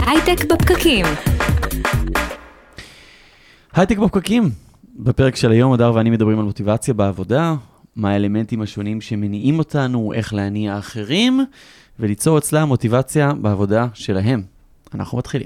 הייטק בפקקים. הייטק בפקקים. בפרק של היום הדר ואני מדברים על מוטיבציה בעבודה, מה האלמנטים השונים שמניעים אותנו, איך להניע אחרים, וליצור אצלה מוטיבציה בעבודה שלהם. אנחנו מתחילים.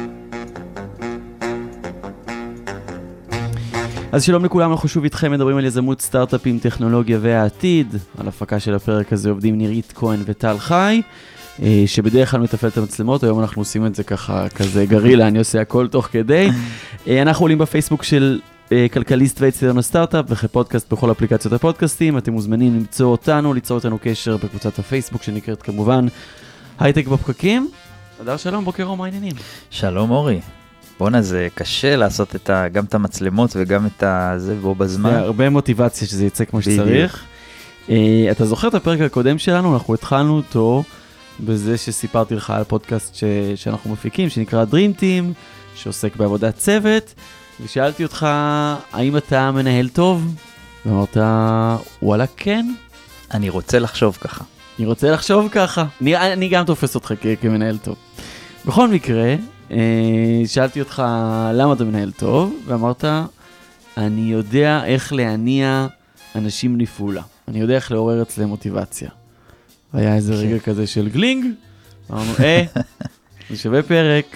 אז שלום לכולם, אנחנו שוב איתכם מדברים על יזמות, סטארט-אפים, טכנולוגיה והעתיד. על הפקה של הפרק הזה עובדים נירית כהן וטל חי, שבדרך כלל מתפעל את המצלמות. היום אנחנו עושים את זה כזה גרילה, אני עושה הכל תוך כדי. אנחנו עולים בפייסבוק של כלכליסט ואצטדיון הסטארט-אפ, וכי פודקאסט בכל אפליקציות הפודקאסטים. אתם מוזמנים למצוא אותנו, ליצור אותנו קשר בקבוצת הפייסבוק שנקראת כמובן הייטק בפקקים. הדר שלום, בוקר אור, מה העניינים? שלום אורי. בונה, זה קשה לעשות גם את המצלמות וגם את זה בו בזמן. זה הרבה מוטיבציה שזה יצא כמו שצריך. אתה זוכר את הפרק הקודם שלנו? אנחנו התחלנו אותו בזה שסיפרתי לך על פודקאסט שאנחנו מפיקים, שנקרא Dream Team, שעוסק בעבודת צוות, ושאלתי אותך, האם אתה מנהל טוב? ואמרת, וואלה כן. אני רוצה לחשוב ככה. אני רוצה לחשוב ככה. אני גם תופס אותך כמנהל טוב. בכל מקרה, שאלתי אותך למה אתה מנהל טוב, ואמרת, אני יודע איך להניע אנשים לפעולה. אני יודע איך לעורר אצלם מוטיבציה. והיה איזה רגע כזה של גלינג, אמרנו, זה שווה פרק,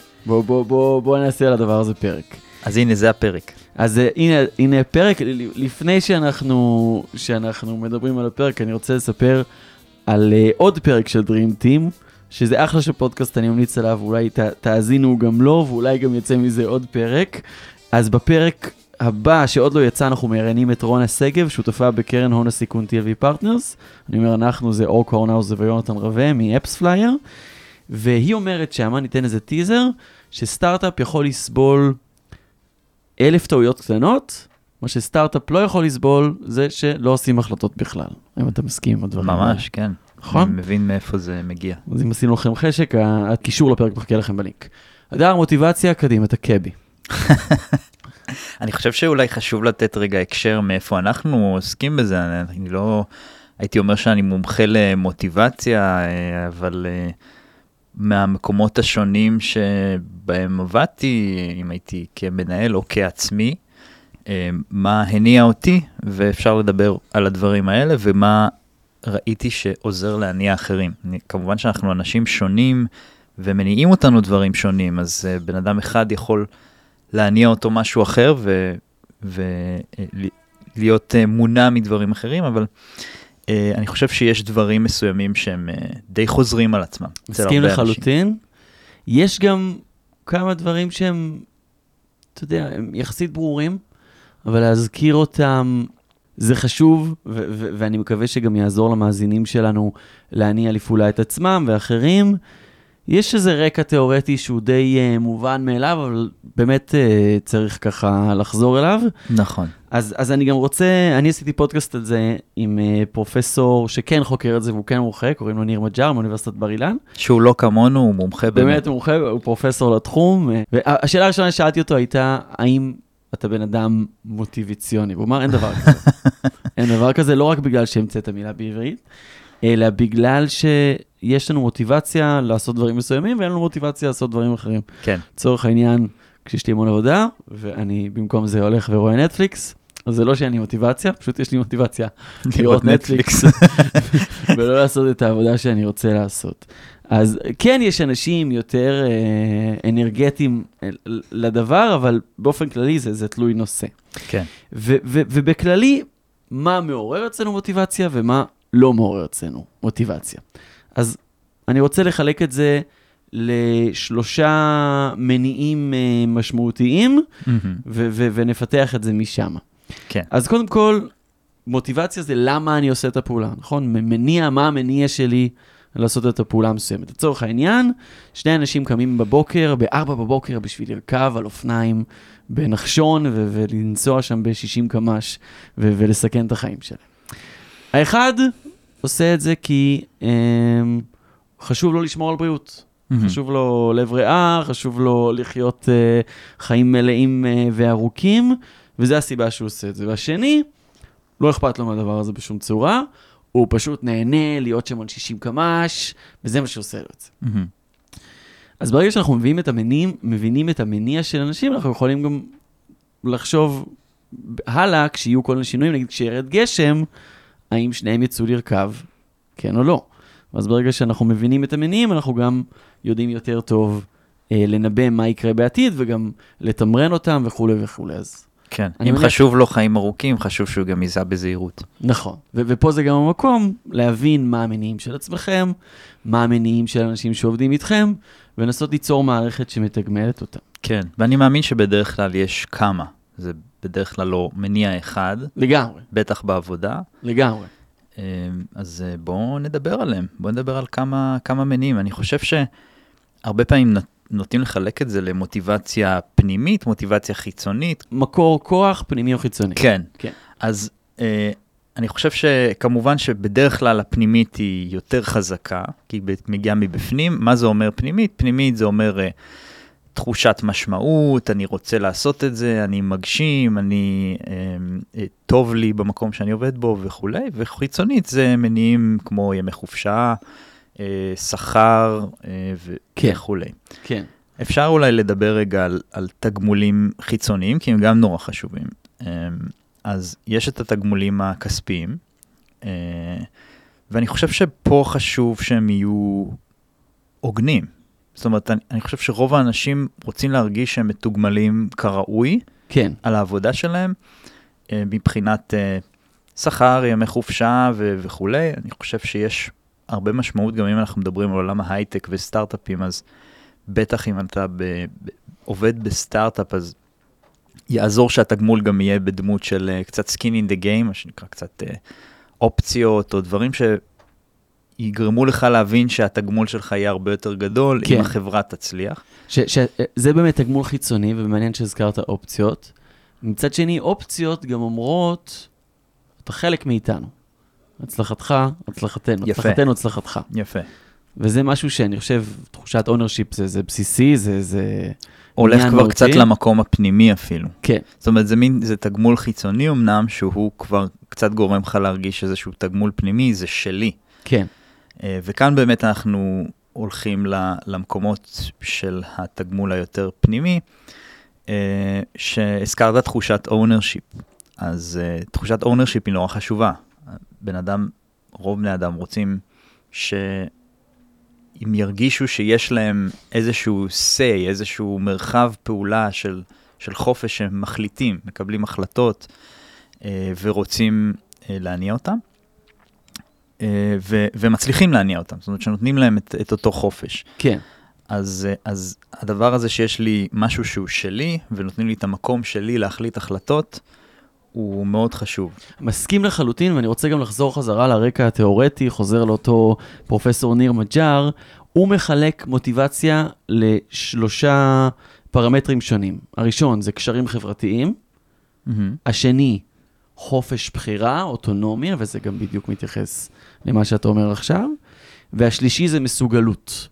בוא נעשה על הדבר הזה פרק. אז הנה, זה הפרק. אז הנה פרק, לפני שאנחנו מדברים על הפרק, אני רוצה לספר על עוד פרק של Dream Team, שזה אחלה של פודקאסט, אני ממליץ עליו, אולי תאזינו גם לו, ואולי גם יצא מזה עוד פרק. אז בפרק הבא, שעוד לא יצא, אנחנו מראיינים את רונה סגב, שותפה בקרן הון הסיכון TLV Partners. אני אומר, אנחנו זה אור קורנאוז ויונתן רווה מאפס פלייר, והיא אומרת שהמה ניתן איזה טיזר, שסטארט-אפ יכול לסבול 1,000 טעויות קטנות, מה שסטארט-אפ לא יכול לסבול, זה שלא עושים החלטות בכלל. אם אתה מסכים עם הדברים. ממש, כן. נכון? אני מבין מאיפה זה מגיע. אז אם עשינו לכם חשק, הקישור לפרק מחכה לכם בלינק. הדר, מוטיבציה, קדימה, אתה קבי. אני חושב שאולי חשוב לתת רגע הקשר מאיפה אנחנו עוסקים בזה. אני לא הייתי אומר שאני מומחה למוטיבציה, אבל מהמקומות השונים שבהם עבדתי, אם הייתי כמנהל או כעצמי, מה הניע אותי, ואפשר לדבר על הדברים האלה, ומה ראיתי שעוזר להניע אחרים. כמובן שאנחנו אנשים שונים, ומניעים אותנו דברים שונים, אז בן אדם אחד יכול להניע אותו משהו אחר, ולהיות מונע מדברים אחרים, אבל אני חושב שיש דברים מסוימים שהם די חוזרים על עצמם. מסכים לחלוטין. יש גם כמה דברים שהם, אתה יודע, הם יחסית ברורים, אבל להזכיר אותם זה חשוב, ואני מקווה שגם יעזור למאזינים שלנו להניע לפעולה את עצמם ואחרים. יש איזה רקע תיאורטי שהוא די מובן מאליו, אבל באמת צריך ככה לחזור אליו. נכון. אז אני גם רוצה, אני עשיתי פודקאסט על זה עם פרופסור שכן חוקר את זה, והוא כן מומחה, קוראים לו ניר מג'אר מאוניברסיטת בר אילן. שהוא לא כמונו, הוא מומחה באמת. הוא מומחה, הוא פרופסור לתחום. והשאלה הראשונה ששאלתי אותו הייתה, האם אתה בן אדם מוטיבציוני? הוא אמר, אין דבר כזה. אין דבר כזה, לא רק בגלל שהמצאת המילה בעברית, אלא בגלל שיש לנו מוטיבציה לעשות דברים מסוימים, ואין לנו מוטיבציה לעשות דברים אחרים. כן. לצורך העניין, כשיש לי המון עבודה, ואני במקום זה הולך ורואה נטפליקס, אז זה לא שאין לי מוטיבציה, פשוט יש לי מוטיבציה לראות נטפליקס, ולא לעשות את העבודה שאני רוצה לעשות. אז כן, יש אנשים יותר אנרגטיים לדבר, אבל באופן כללי זה תלוי נושא. כן. ובכללי, מה מעורר אצלנו מוטיבציה, ומה לא מעורר אצלנו מוטיבציה. אז אני רוצה לחלק את זה לשלושה מניעים משמעותיים, ונפתח את זה משם. כן. אז קודם כל, מוטיבציה זה למה אני עושה את הפעולה, נכון? מניע, מה המניע שלי לעשות את הפעולה המסוימת. לצורך העניין, שני אנשים קמים בבוקר, ב-4 בבוקר, בשביל לרכב על אופניים בנחשון, ולנסוע שם ב-60 קמ"ש, ולסכן את החיים שלהם. האחד עושה את זה כי חשוב לו לשמור על בריאות. חשוב לו לב ריאה, חשוב לו לחיות חיים מלאים וארוכים, וזה הסיבה שהוא עושה את זה. והשני, לא אכפת לו מהדבר הזה בשום צורה, הוא פשוט נהנה להיות שם על 60 קמ"ש, וזה מה שעושה לו את זה. אז ברגע שאנחנו מבינים את המניע של אנשים, אנחנו יכולים גם לחשוב הלאה, כשיהיו כל השינויים, נגיד כשירד גשם, האם שניהם יצאו לרכב, כן או לא. אז ברגע שאנחנו מבינים את המניעים, אנחנו גם יודעים יותר טוב לנבא מה יקרה בעתיד, וגם לתמרן אותם וכו' וכו'. אז כן, אם חשוב לו חיים ארוכים, חשוב שהוא גם ייזע בזהירות. נכון, ופה זה גם המקום להבין מה המניעים של עצמכם, מה המניעים של אנשים שעובדים איתכם, ולנסות ליצור מערכת שמתגמלת אותם. כן, ואני מאמין שבדרך כלל יש כמה. זה בדרך כלל לא מניע אחד. לגמרי. בטח בעבודה. לגמרי. אז בואו נדבר עליהם. בואו נדבר על כמה מניעים. אני חושב שהרבה פעמים נוטים לחלק את זה למוטיבציה פנימית, מוטיבציה חיצונית. מקור כוח פנימי או חיצוני. כן. אז אני חושב שכמובן שבדרך כלל הפנימית היא יותר חזקה, כי היא מגיעה מבפנים. מה זה אומר פנימית? פנימית זה אומר תחושת משמעות, אני רוצה לעשות את זה, אני מגשים, טוב לי במקום שאני עובד בו וכו'. וחיצונית זה מניעים כמו ימי חופשה, שכר וכו'. כן. אפשר אולי לדבר רגע על תגמולים חיצוניים, כי הם גם נורא חשובים. אז יש את התגמולים הכספיים, ואני חושב שפה חשוב שהם יהיו הוגנים. זאת אומרת, אני חושב שרוב האנשים רוצים להרגיש שהם מתוגמלים כראוי, כן. על העבודה שלהם, מבחינת שכר, ימי חופשה וכו'. אני חושב שיש הרבה משמעות, גם אם אנחנו מדברים על עולם ההייטק וסטארט-אפים, אז בטח אם אתה עובד בסטארט-אפ, אז יעזור שהתגמול גם יהיה בדמות של קצת skin in the game, מה שנקרא קצת אופציות, או דברים שיגרמו לך להבין שהתגמול שלך יהיה הרבה יותר גדול, כן. אם החברה תצליח. זה באמת תגמול חיצוני, ומעניין שהזכרת אופציות. מצד שני, אופציות גם אומרות, אתה חלק מאיתנו. הצלחתך, הצלחתנו. יפה. הצלחתנו, הצלחתך. יפה. וזה משהו שאני חושב, תחושת ownership זה בסיסי, זה הולך כבר קצת למקום הפנימי אפילו. כן. זאת אומרת, זה תגמול חיצוני אמנם, שהוא כבר קצת גורם לך להרגיש איזשהו תגמול פנימי, זה שלי. כן. וכאן באמת אנחנו הולכים למקומות של התגמול היותר פנימי, שהזכרת תחושת ownership. אז תחושת ownership היא נורא חשובה. רוב בני אדם רוצים אם ירגישו שיש להם איזשהו say, איזשהו מרחב פעולה של חופש שהם מחליטים, מקבלים החלטות ורוצים להניע אותם, ומצליחים להניע אותם, זאת אומרת שנותנים להם את אותו חופש. כן. אז הדבר הזה שיש לי משהו שהוא שלי, ונותנים לי את המקום שלי להחליט החלטות, הוא מאוד חשוב. מסכים לחלוטין, ואני רוצה גם לחזור חזרה לרקע התיאורטי, חוזר לאותו פרופסור ניר מג'אר, הוא מחלק מוטיבציה לשלושה פרמטרים שונים. הראשון זה קשרים חברתיים, השני חופש בחירה, אוטונומיה, וזה גם בדיוק מתייחס למה שאתה אומר עכשיו, והשלישי זה מסוגלות.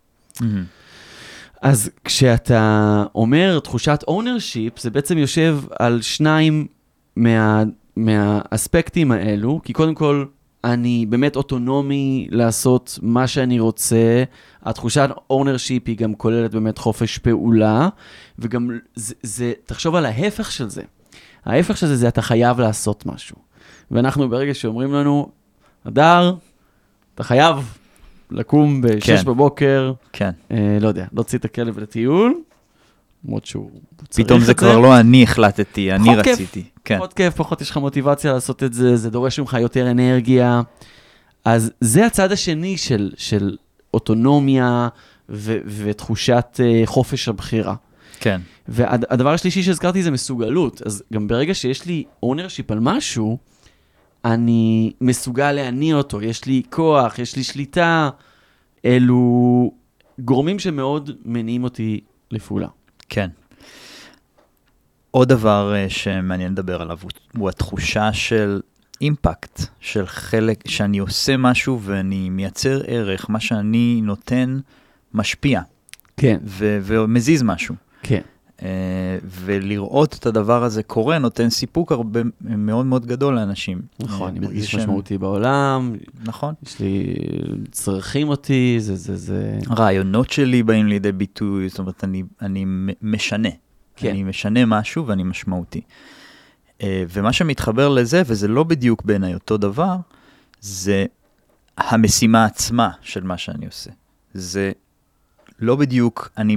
אז כשאתה אומר תחושת ownership, זה בעצם יושב על שניים מהאספקטים האלו, כי קודם כל אני באמת אוטונומי לעשות מה שאני רוצה, התחושת ownership היא גם כוללת באמת חופש פעולה, וגם זה, תחשוב על ההפך של זה. ההפך של זה אתה חייב לעשות משהו. ואנחנו ברגע שאומרים לנו, אדר, אתה חייב לקום ב-6 בבוקר, כן. לא יודע, להוציא את הכלב לטיול, למרות שהוא צריך פתאום זה כבר לא אני החלטתי, אני רציתי. פחות כיף, פחות יש לך מוטיבציה לעשות את זה, זה דורש ממך יותר אנרגיה. אז זה הצד השני של אוטונומיה ותחושת חופש הבחירה. כן. והדבר השלישי שהזכרתי זה מסוגלות. אז גם ברגע שיש לי ownership על משהו, אני מסוגל להניע אותו, יש לי כוח, יש לי שליטה, אלו גורמים שמאוד מניעים אותי לפעולה. כן. עוד דבר שמעניין לדבר עליו, הוא התחושה של אימפקט, של חלק, שאני עושה משהו ואני מייצר ערך, מה שאני נותן משפיע. כן. ומזיז משהו. כן. ולראות את הדבר הזה קורה, נותן סיפוק הרבה מאוד מאוד גדול לאנשים. נכון, אני מרגיש משמעותי בעולם. נכון. יש לי, צריכים אותי, זה... הרעיונות שלי באים לידי ביטוי, זאת אומרת, אני משנה. כן. אני משנה משהו ואני משמעותי. ומה שמתחבר לזה, וזה לא בדיוק בעיניי אותו דבר, זה המשימה עצמה של מה שאני עושה. זה לא בדיוק אני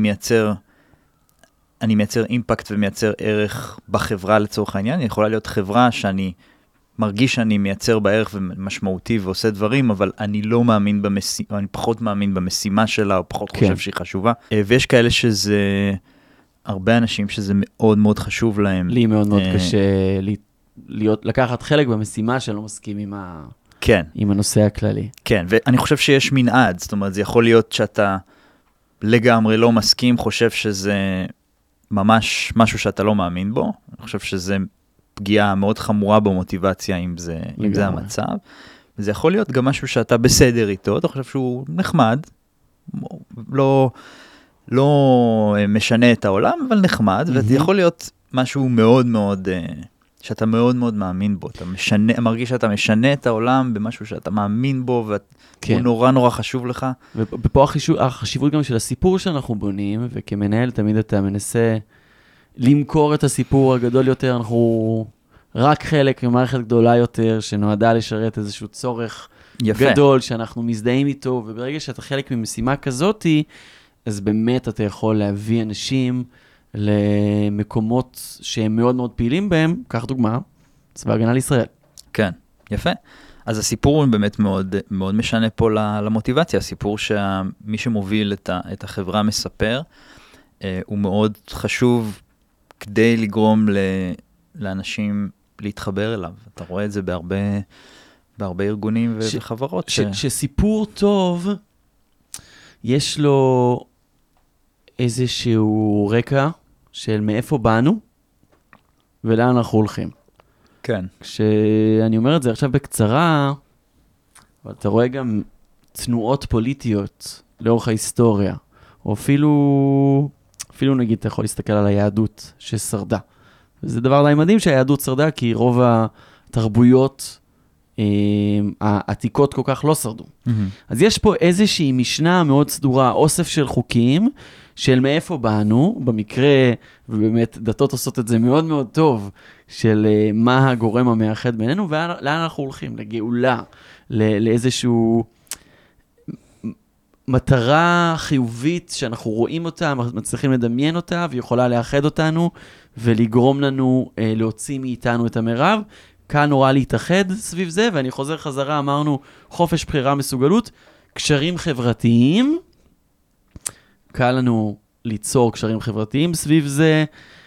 מייצר אימפקט ומייצר ערך בחברה לצורך העניין. אני יכולה להיות חברה שאני מרגיש שאני מייצר בערך ומשמעותי ועושה דברים, אבל אני לא מאמין במשימה, אני פחות מאמין במשימה שלה, או פחות חושב שהיא חשובה. ויש כאלה שזה, הרבה אנשים שזה מאוד מאוד חשוב להם. לי מאוד מאוד קשה לקחת חלק במשימה שלא מסכים עם הנושא הכללי. כן, ואני חושב שיש מנעד, זאת אומרת, זה יכול להיות שאתה לגמרי לא מסכים, חושב שזה ממש משהו שאתה לא מאמין בו, אני חושב שזה פגיעה מאוד חמורה במוטיבציה, אם זה המצב. וזה יכול להיות גם משהו שאתה בסדר איתו, אתה חושב שהוא נחמד, לא משנה את העולם, אבל נחמד, וזה יכול להיות משהו מאוד מאוד, שאתה מאוד מאוד מאמין בו, אתה מרגיש שאתה משנה את העולם במשהו שאתה מאמין בו, והוא נורא נורא חשוב לך. ופה החשיבות גם של הסיפור שאנחנו בונים, וכמנהל תמיד אתה מנסה למכור את הסיפור הגדול יותר, אנחנו רק חלק ממערכת גדולה יותר, שנועדה לשרת איזשהו צורך גדול, שאנחנו מזדהים איתו, וברגע שאתה חלק ממשימה כזאת, אז באמת אתה יכול להביא אנשים למקומות שהם מאוד מאוד פעילים בהם, כך דוגמה, צבא הגנה לישראל. כן, יפה. אז הסיפור הוא באמת מאוד, מאוד משנה פה למוטיבציה, הסיפור שמי שמוביל את החברה מספר, הוא מאוד חשוב כדי לגרום לאנשים להתחבר אליו. אתה רואה את זה בהרבה ארגונים וחברות. שסיפור טוב, יש לו איזשהו רקע של מאיפה באנו ולאן אנחנו הולכים. כן. כשאני אומר את זה עכשיו בקצרה, אבל אתה רואה גם תנועות פוליטיות לאורך ההיסטוריה, או אפילו נגיד אתה יכול להסתכל על היהדות ששרדה. וזה דבר די מדהים שהיהדות שרדה, כי רוב התרבויות העתיקות כל כך לא שרדו. אז יש פה איזושהי משנה מאוד סדורה, אוסף של חוקים, של מאיפה באנו, במקרה, ובאמת דתות עושות את זה מאוד מאוד טוב, של מה הגורם המאחד בינינו, ולאן אנחנו הולכים, לגאולה, לאיזשהו מטרה חיובית שאנחנו רואים אותה, מצליחים לדמיין אותה, ויכולה לאחד אותנו, ולגרום לנו להוציא מאיתנו את המרב. כאן נורא להתאחד סביב זה, ואני חוזר חזרה, אמרנו, חופש בחירה מסוגלות, קשרים חברתיים, קל לנו ליצור קשרים חברתיים סביב זה,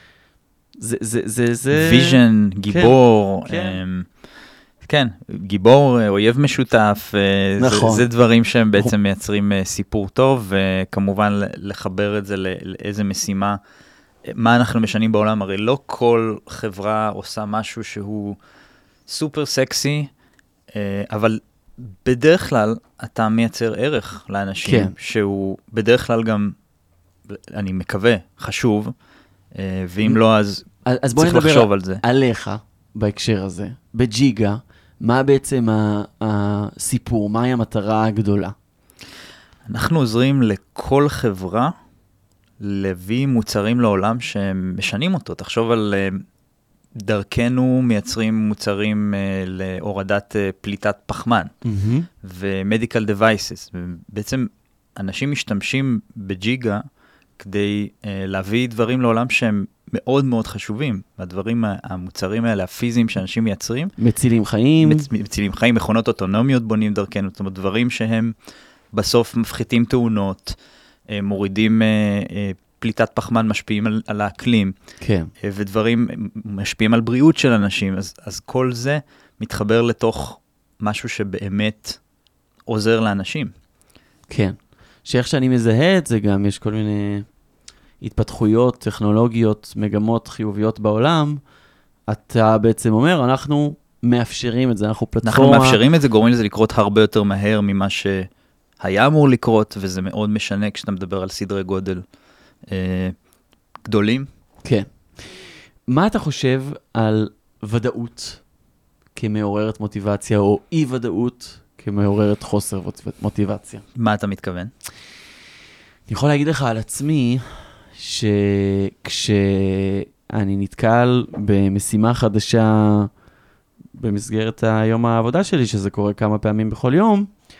זה... ויז'ן, גיבור, כן, גיבור, אויב משותף, נכון. זה דברים שהם בעצם מייצרים סיפור טוב, וכמובן לחבר את זה לאיזה משימה, מה אנחנו משנים בעולם, הרי לא כל חברה עושה משהו שהוא סופר סקסי, אבל בדרך כלל אתה מייצר ערך לאנשים, כן. שהוא בדרך כלל גם, אני מקווה, חשוב, ואם לא, אז צריך לחשוב על זה. אז בוא נדבר עליך בהקשר הזה, בג'יגה, מה בעצם הסיפור, מהי המטרה הגדולה? אנחנו עוזרים לכל חברה להביא מוצרים לעולם שמשנים אותו. תחשוב על דרכנו מייצרים מוצרים להורדת פליטת פחמן ו-medical devices. בעצם אנשים משתמשים בג'יגה כדי להביא דברים לעולם שהם מאוד מאוד חשובים. הדברים, המוצרים האלה, הפיזיים שאנשים מייצרים. מצילים חיים. מצילים חיים, מכונות אוטונומיות בונים דרכנו. זאת אומרת, דברים שהם בסוף מפחיתים תאונות, מורידים פליטת פחמן, משפיעים על האקלים. כן. ודברים משפיעים על בריאות של אנשים. אז כל זה מתחבר לתוך משהו שבאמת עוזר לאנשים. כן. שאיך שאני מזהה את זה גם, יש כל מיני התפתחויות, טכנולוגיות, מגמות חיוביות בעולם, אתה בעצם אומר, אנחנו מאפשרים את זה, אנחנו פלטפורמה... אנחנו מאפשרים את זה, גורמים לזה לקרות הרבה יותר מהר ממה שהיה אמור לקרות, וזה מאוד משנה כשאתה מדבר על סדרי גודל גדולים. כן. מה אתה חושב על ודאות כמעוררת מוטיבציה, או אי-ודאות כמעוררת חוסר מוטיבציה? מה אתה מתכוון? אני יכול להגיד לך על עצמי, שכשאני נתקל במשימה חדשה במסגרת היום העבודה שלי, שזה קורה כמה פעמים בכל יום,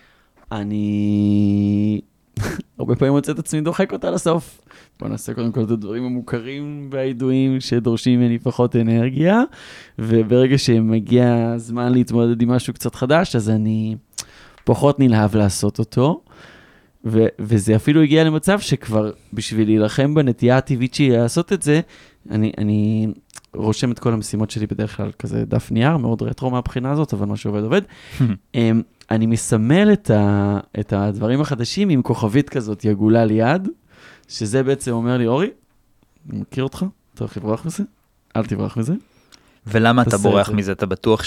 אני הרבה פעמים מוצא את עצמי דוחק אותה לסוף. בוא נעשה קודם כל את הדברים המוכרים והידועים שדורשים ממני פחות אנרגיה, וברגע שמגיע הזמן להתמודד עם משהו קצת חדש, אז אני פחות נלהב לעשות אותו, וזה אפילו הגיע למצב שכבר בשביל להילחם בנטייה הטבעית שלי לעשות את זה, אני רושם את כל המשימות שלי בדרך כלל כזה דף נייר, מאוד רטרו מהבחינה הזאת, אבל מה שעובד עובד. אני מסמל את הדברים החדשים עם כוכבית כזאת יגולה ליד, שזה בעצם אומר לי, אורי, אני מכיר אותך, אתה הולך לברוח מזה? אל תברח מזה. ולמה אתה בורח מזה? אתה בטוח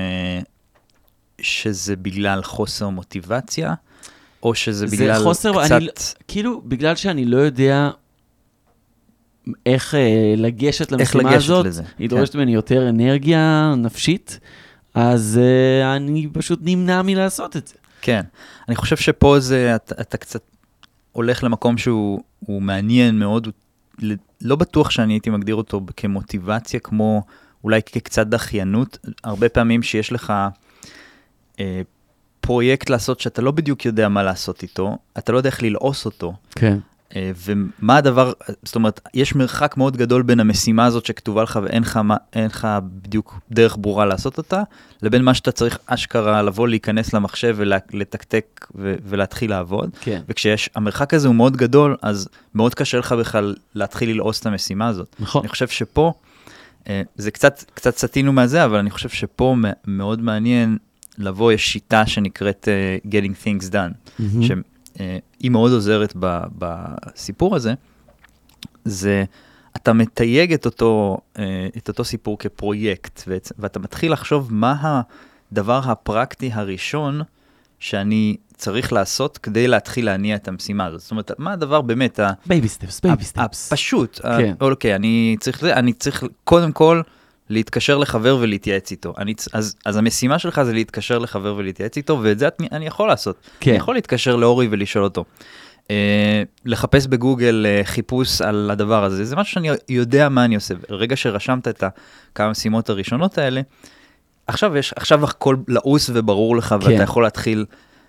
שזה בגלל חוסר מוטיבציה? או שזה בגלל קצת... כאילו, בגלל שאני לא יודע איך לגשת למשימה הזאת, היא דורשת ממני יותר אנרגיה נפשית, אז אני פשוט נמנע מלעשות את זה. כן, אני חושב שפה אתה קצת הולך למקום שהוא מעניין מאוד, לא בטוח שאני הייתי מגדיר אותו כמוטיבציה, כמו אולי כקצת דחיינות, הרבה פעמים שיש לך פרויקט לעשות שאתה לא בדיוק יודע מה לעשות איתו, אתה לא יודע איך ללעוס אותו. כן. ומה הדבר, זאת אומרת, יש מרחק מאוד גדול בין המשימה הזאת שכתובה לך ואין לך בדיוק דרך ברורה לעשות אותה, לבין מה שאתה צריך אשכרה לבוא, להיכנס למחשב ולתקתק ולהתחיל לעבוד. כן. המרחק הזה הוא מאוד גדול, אז מאוד קשה לך בכלל להתחיל ללעוס את המשימה הזאת. נכון. אני חושב שפה, זה קצת סטינו מהזה, אבל אני חושב שפה מאוד מעניין לבוא, יש שיטה שנקראת Getting Things Done, שהיא מאוד עוזרת בסיפור הזה, זה, אתה מתייג את אותו סיפור כפרויקט, ואתה מתחיל לחשוב מה הדבר הפרקטי הראשון שאני צריך לעשות כדי להתחיל להניע את המשימה הזאת. זאת אומרת, מה הדבר באמת, בייבי סטפס. הפשוט, כן. אוקיי, אני צריך קודם כל להתקשר לחבר ולהתייעץ איתו. אז המשימה שלך זה להתקשר לחבר ולהתייעץ איתו, ואת זה אני יכול לעשות. כן. אני יכול להתקשר לאורי ולשאול אותו. לחפש בגוגל חיפוש על הדבר הזה. זה משהו שאני יודע מה אני עושה. ברגע שרשמת את כמה משימות הראשונות האלה, עכשיו הכל לעוס וברור לך, כן. ואתה יכול להתחיל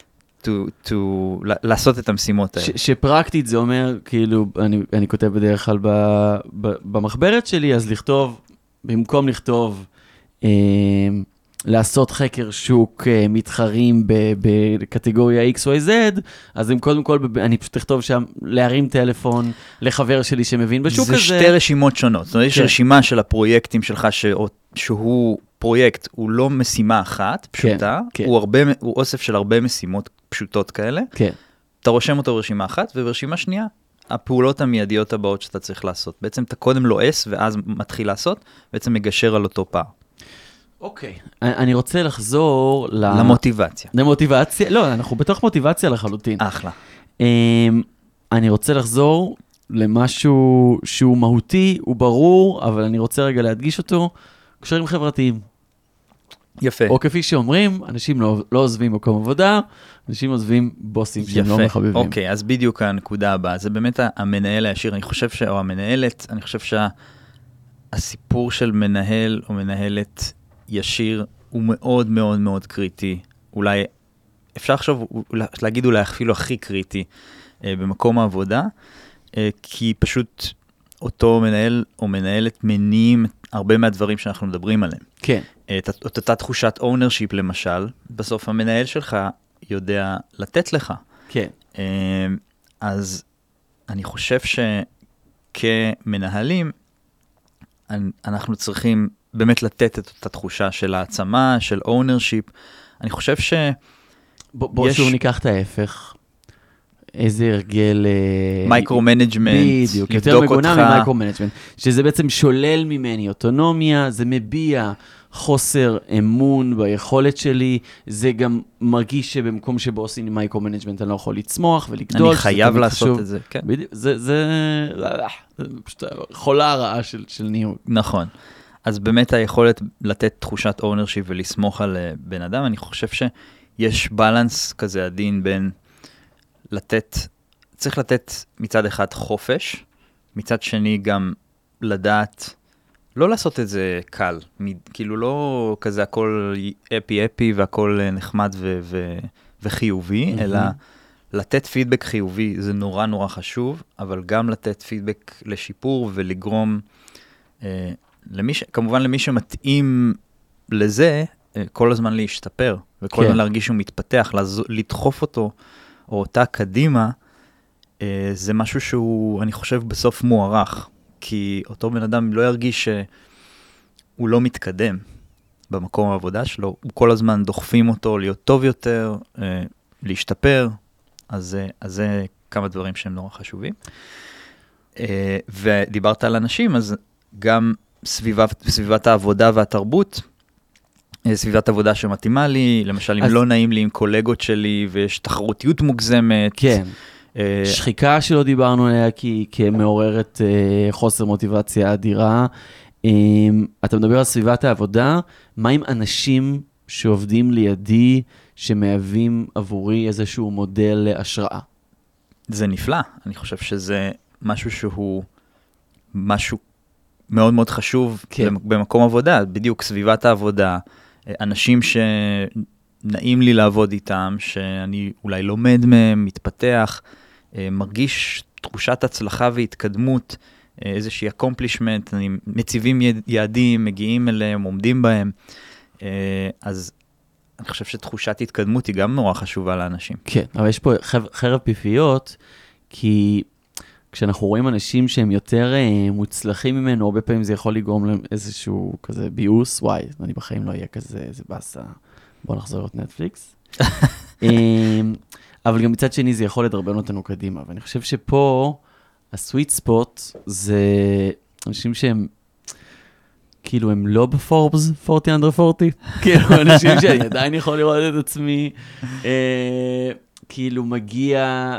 לעשות את המשימות האלה. שפרקטית זה אומר, כאילו, אני כותב בדרך כלל במחברת שלי, אז לכתוב, במקום לכתוב, לעשות חקר שוק מתחרים בקטגוריה XYZ, אז אם קודם כל, אני פשוט אכתוב שם, להרים טלפון לחבר שלי שמבין בשוק הזה. זה שתי רשימות שונות. זאת אומרת, יש רשימה של הפרויקטים שלך, שהוא פרויקט, הוא לא משימה אחת פשוטה, הוא אוסף של הרבה משימות פשוטות כאלה. אתה רושם אותו ברשימה אחת, וברשימה שנייה, הפעולות המיידיות הבאות שאתה צריך לעשות. בעצם אתה קודם לועס, ואז מתחיל לעשות, בעצם מגשר על אותו פער. אוקיי, אני רוצה לחזור למוטיבציה. למוטיבציה, לא, אנחנו בתוך מוטיבציה לחלוטין. אחלה. אני רוצה לחזור למשהו שהוא מהותי, הוא ברור, אבל אני רוצה רגע להדגיש אותו, קשרים חברתיים. יפה. או כפי שאומרים, אנשים לא עוזבים מקום עבודה, אנשים עוזבים בוסים שהם לא מחבבים. אוקיי, אז בדיוק הנקודה הבאה, זה באמת המנהל הישיר, אני חושב או המנהלת, אני חושב שהסיפור של מנהל או מנהלת ישיר הוא מאוד מאוד מאוד קריטי, אולי אפשר לחשוב, להגיד אולי אפילו הכי קריטי במקום העבודה, כי פשוט אותו מנהל או מנהלת מניעים הרבה מהדברים שאנחנו מדברים עליהם. כן. את אותה תחושת ownership למשל, בסוף המנהל שלך יודע לתת לך. כן. אז אני חושב שכמנהלים, אנחנו צריכים באמת לתת את אותה תחושה של העצמה, של ownership. אני חושב בוא שוב ניקח את ההפך. איזה הרגל... מייקרו-מנג'מנט, בדיוק, יותר מגונה ממייקרו-מנג'מנט, שזה בעצם שולל ממני אוטונומיה, זה מביע חוסר אמון ביכולת שלי, זה גם מרגיש שבמקום שבו עושים עם מייקרו-מנג'מנט אני לא יכול לצמוח ולגדול. אני חייב לעשות את זה, כן. בדיוק, זה פשוט חולה רעה של ניהול. נכון. אז באמת היכולת לתת תחושת ownership ולסמוך על בן אדם, אני חושב שיש בלנס כזה עדין בין צריך לתת מצד אחד חופש, מצד שני גם לדעת, לא לעשות את זה קל, כאילו לא כזה הכל אפי והכל נחמד וחיובי, אלא לתת פידבק חיובי זה נורא נורא חשוב, אבל גם לתת פידבק לשיפור ולגרום, כמובן למי שמתאים לזה, כל הזמן להשתפר, וכל הזמן להרגיש שהוא מתפתח, לדחוף אותו או אותה קדימה, זה משהו שהוא, אני חושב, בסוף מוערך, כי אותו בן אדם לא ירגיש שהוא לא מתקדם במקום העבודה שלו, הוא כל הזמן דוחפים אותו להיות טוב יותר, להשתפר, אז זה כמה דברים שהם נורא חשובים. ודיברת על אנשים, אז גם סביבת העבודה והתרבות, סביבת עבודה שמתאימה לי, למשל אם לא נעים לי עם קולגות שלי, ויש תחרותיות מוגזמת. כן. שחיקה שלא דיברנו עליה, כי מעוררת חוסר מוטיבציה אדירה. אתה מדבר על סביבת העבודה, מה עם אנשים שעובדים לידי, שמהווים עבורי איזשהו מודל להשראה? זה נפלא. אני חושב שזה משהו שהוא משהו מאוד מאוד חשוב במקום עבודה, בדיוק סביבת העבודה, אנשים שנעים לי לעבוד איתם, שאני אולי לומד מהם, מתפתח, מרגיש תחושת הצלחה והתקדמות, איזושהי accomplishment, מציבים יעדים, מגיעים אליהם, עומדים בהם, אז אני חושב שתחושת התקדמות היא גם נורא חשובה לאנשים. כן, אבל יש פה חרב פיפיות, כי כשאנחנו רואים אנשים שהם יותר מוצלחים ממנו, הרבה פעמים זה יכול לגרום להם איזשהו כזה ביוס, וואי, אני בחיים לא אהיה כזה, איזה בסה, בוא נחזור להיות נטפליקס. אבל גם מצד שני זה יכול לדרבן אותנו קדימה, ואני חושב שפה הסוויט ספוט זה אנשים שהם, כאילו הם לא בפורבס 40 under 40, כאילו אנשים שאני עדיין יכול לראות את עצמי, כאילו מגיע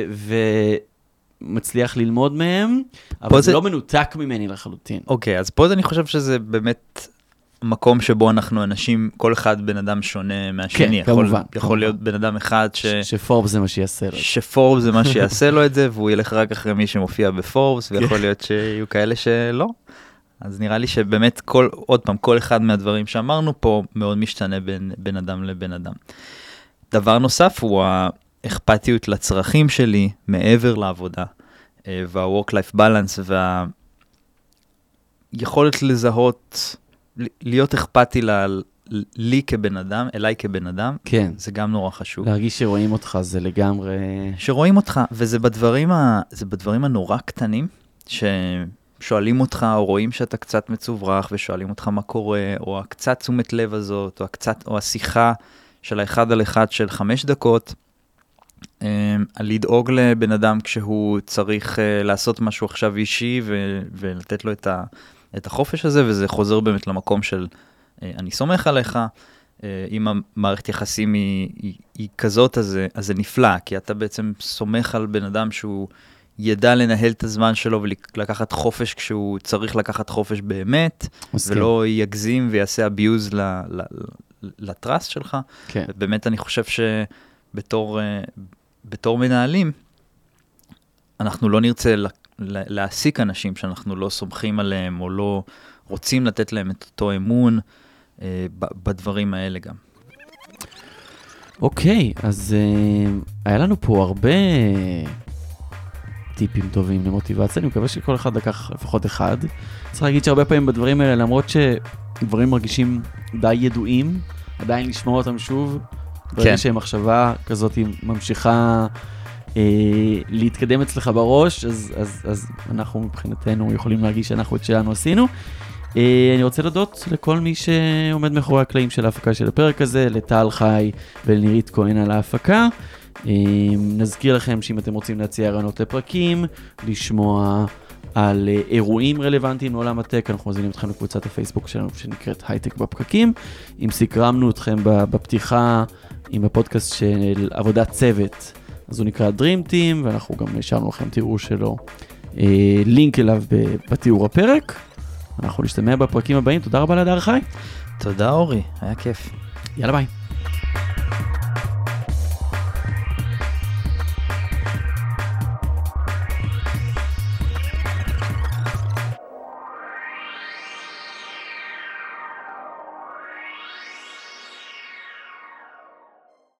מצליח ללמוד מהם, אבל זה לא מנותק ממני לחלוטין. אוקיי, אז פה אני חושב שזה באמת מקום שבו אנחנו אנשים, כל אחד בן אדם שונה מהשני. כן, כמובן. יכול להיות בן אדם אחד שפורבס זה מה שיעשה לו. שפורבס זה מה שיעשה לו את זה, והוא ילך רק אחרי מי שמופיע בפורבס, ויכול להיות שיהיו כאלה שלא. אז נראה לי שבאמת עוד פעם, כל אחד מהדברים שאמרנו פה, מאוד משתנה בין אדם לבין אדם. דבר נוסף הוא האכפתיות לצרכים שלי מעבר לעבודה, וה-work-life balance, והיכולת לזהות, להיות אכפתי לי כבן אדם, אליי כבן אדם, כן. זה גם נורא חשוב. להרגיש שרואים אותך, זה לגמרי... שרואים אותך, וזה בדברים הנורא קטנים, ששואלים אותך, או רואים שאתה קצת מצוברח, ושואלים אותך מה קורה, או הקצת תשומת לב הזאת, או השיחה של האחד על אחד של 5 דקות, לדאוג לבן אדם כשהוא צריך לעשות משהו עכשיו אישי, ולתת לו את החופש הזה, וזה חוזר באמת למקום של אני סומך עליך, אם המערכת יחסים היא כזאת, אז זה נפלא, כי אתה בעצם סומך על בן אדם שהוא ידע לנהל את הזמן שלו, ולקחת חופש כשהוא צריך לקחת חופש באמת, ולא יגזים ויעשה אביוז לטרסט שלך. כן. באמת אני חושב בתור מנהלים, אנחנו לא נרצה להעסיק אנשים שאנחנו לא סומכים עליהם, או לא רוצים לתת להם את אותו אמון בדברים האלה גם. אוקיי, אז היה לנו פה הרבה טיפים טובים למוטיבציה, אני מקווה שכל אחד לקח לפחות אחד. צריך להגיד שהרבה פעמים בדברים האלה, למרות שדברים מרגישים די ידועים, עדיין לשמוע אותם שוב, ברגע שמחשבה כזאת ממשיכה להתקדם אצלך בראש, אז אנחנו מבחינתנו יכולים להרגיש שאנחנו את שלנו עשינו. אני רוצה להודות לכל מי שעומד מאחורי הקלעים של ההפקה של הפרק הזה, לטל חי ולנירית כהן על ההפקה. נזכיר לכם שאם אתם רוצים להציע רעיונות לפרקים, לשמוע על אירועים רלוונטיים לעולם הטק, אנחנו מזמינים אתכם לקבוצת הפייסבוק שלנו שנקראת הייטק בפקקים. אם סקרמנו אתכם בפתיחה עם הפודקאסט של עבודת צוות, אז הוא נקרא Dream Team, ואנחנו גם השארנו לכם תיאור שלו, לינק אליו בתיאור הפרק. אנחנו נשתמע בפרקים הבאים. תודה רבה להדר חי. תודה אורי, היה כיף. יאללה ביי.